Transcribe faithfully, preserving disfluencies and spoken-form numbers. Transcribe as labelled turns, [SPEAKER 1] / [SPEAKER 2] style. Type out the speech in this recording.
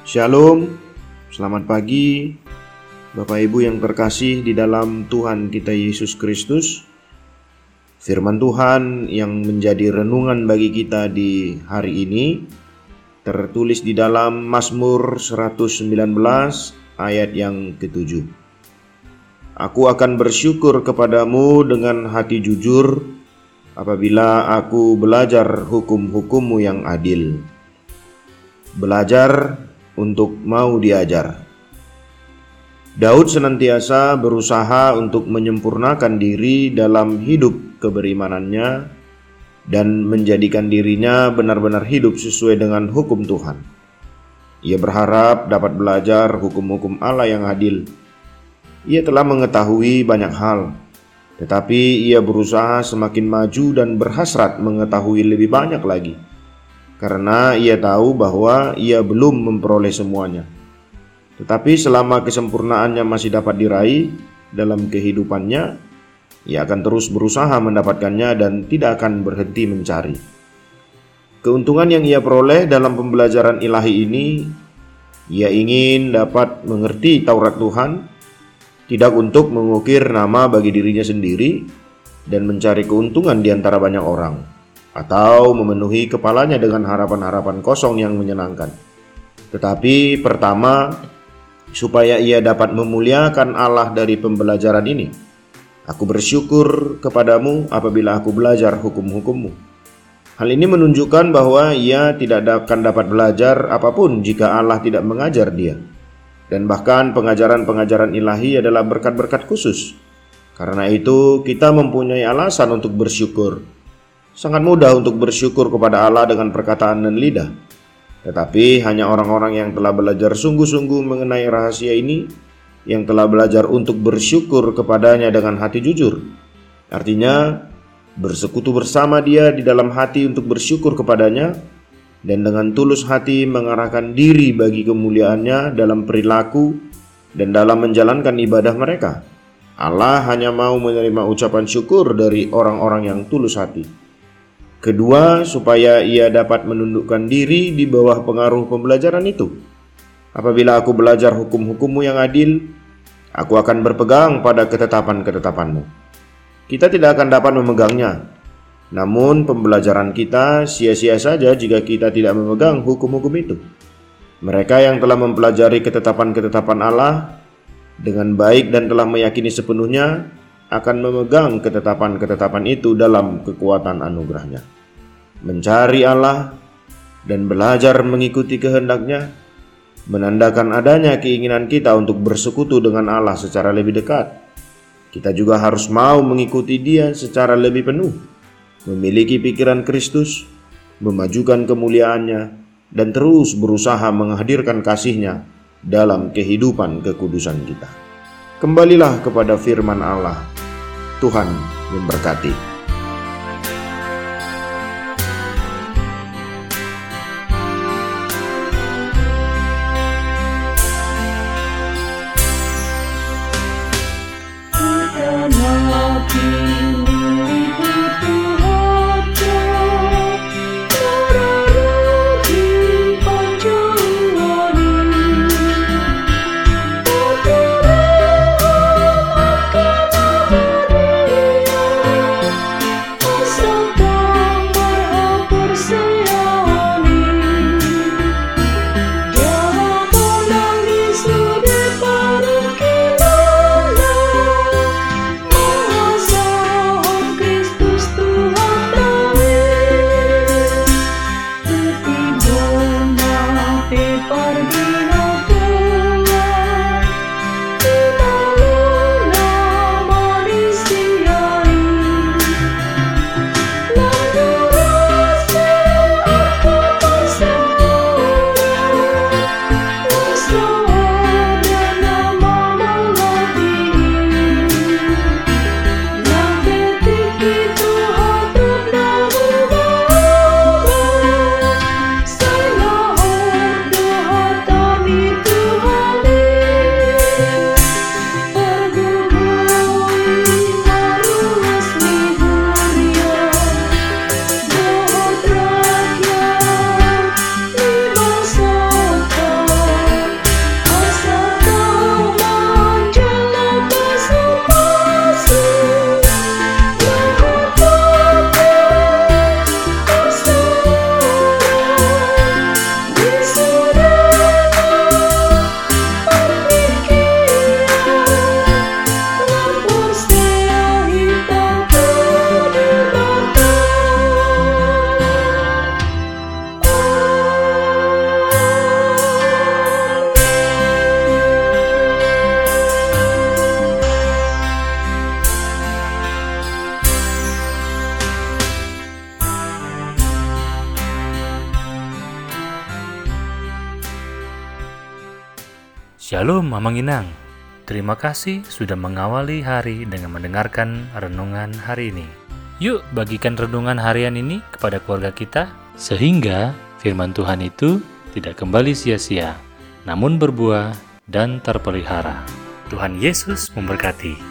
[SPEAKER 1] Shalom, selamat pagi Bapak Ibu yang terkasih di dalam Tuhan kita Yesus Kristus. Firman Tuhan yang menjadi renungan bagi kita di hari ini tertulis di dalam Mazmur seratus sembilan belas ayat yang ketujuh. Aku akan bersyukur kepadamu dengan hati jujur apabila aku belajar hukum-hukum-Mu yang adil. Belajar untuk mau diajar. Daud senantiasa berusaha untuk menyempurnakan diri dalam hidup keberimanannya dan menjadikan dirinya benar-benar hidup sesuai dengan hukum Tuhan. Ia berharap dapat belajar hukum-hukum Allah yang adil. Ia telah mengetahui banyak hal, tetapi ia berusaha semakin maju dan berhasrat mengetahui lebih banyak lagi, karena ia tahu bahwa ia belum memperoleh semuanya. Tetapi selama kesempurnaannya masih dapat diraih dalam kehidupannya, ia akan terus berusaha mendapatkannya dan tidak akan berhenti mencari. Keuntungan yang ia peroleh dalam pembelajaran ilahi ini, ia ingin dapat mengerti Taurat Tuhan, tidak untuk mengukir nama bagi dirinya sendiri dan mencari keuntungan di antara banyak orang, atau memenuhi kepalanya dengan harapan-harapan kosong yang menyenangkan. Tetapi pertama, supaya ia dapat memuliakan Allah dari pembelajaran ini. Aku bersyukur kepadamu apabila aku belajar hukum-hukum-Mu. Hal ini menunjukkan bahwa ia tidak akan dapat belajar apapun jika Allah tidak mengajar dia. Dan bahkan pengajaran-pengajaran ilahi adalah berkat-berkat khusus. Karena itu kita mempunyai alasan untuk bersyukur. Sangat mudah untuk bersyukur kepada Allah dengan perkataan dan lidah. Tetapi hanya orang-orang yang telah belajar sungguh-sungguh mengenai rahasia ini, yang telah belajar untuk bersyukur kepadanya dengan hati jujur. Artinya, bersekutu bersama Dia di dalam hati untuk bersyukur kepadanya, dan dengan tulus hati mengarahkan diri bagi kemuliaannya dalam perilaku dan dalam menjalankan ibadah mereka. Allah hanya mau menerima ucapan syukur dari orang-orang yang tulus hati. Kedua, supaya ia dapat menundukkan diri di bawah pengaruh pembelajaran itu. Apabila aku belajar hukum-hukum-Mu yang adil, aku akan berpegang pada ketetapan-ketetapan-Mu. Kita tidak akan dapat memegangnya. Namun pembelajaran kita sia-sia saja jika kita tidak memegang hukum-hukum itu. Mereka yang telah mempelajari ketetapan-ketetapan Allah dengan baik dan telah meyakini sepenuhnya akan memegang ketetapan-ketetapan itu dalam kekuatan anugerah-Nya. Mencari Allah dan belajar mengikuti kehendak-Nya menandakan adanya keinginan kita untuk bersekutu dengan Allah secara lebih dekat. Kita juga harus mau mengikuti Dia secara lebih penuh, memiliki pikiran Kristus, memajukan kemuliaan-Nya, dan terus berusaha menghadirkan kasih-Nya dalam kehidupan kekudusan kita. Kembalilah kepada firman Allah. Tuhan memberkati.
[SPEAKER 2] Shalom Mamang Inang. Terima kasih sudah mengawali hari dengan mendengarkan renungan hari ini. Yuk bagikan renungan harian ini kepada keluarga kita, sehingga firman Tuhan itu tidak kembali sia-sia, namun berbuah dan terpelihara. Tuhan Yesus memberkati.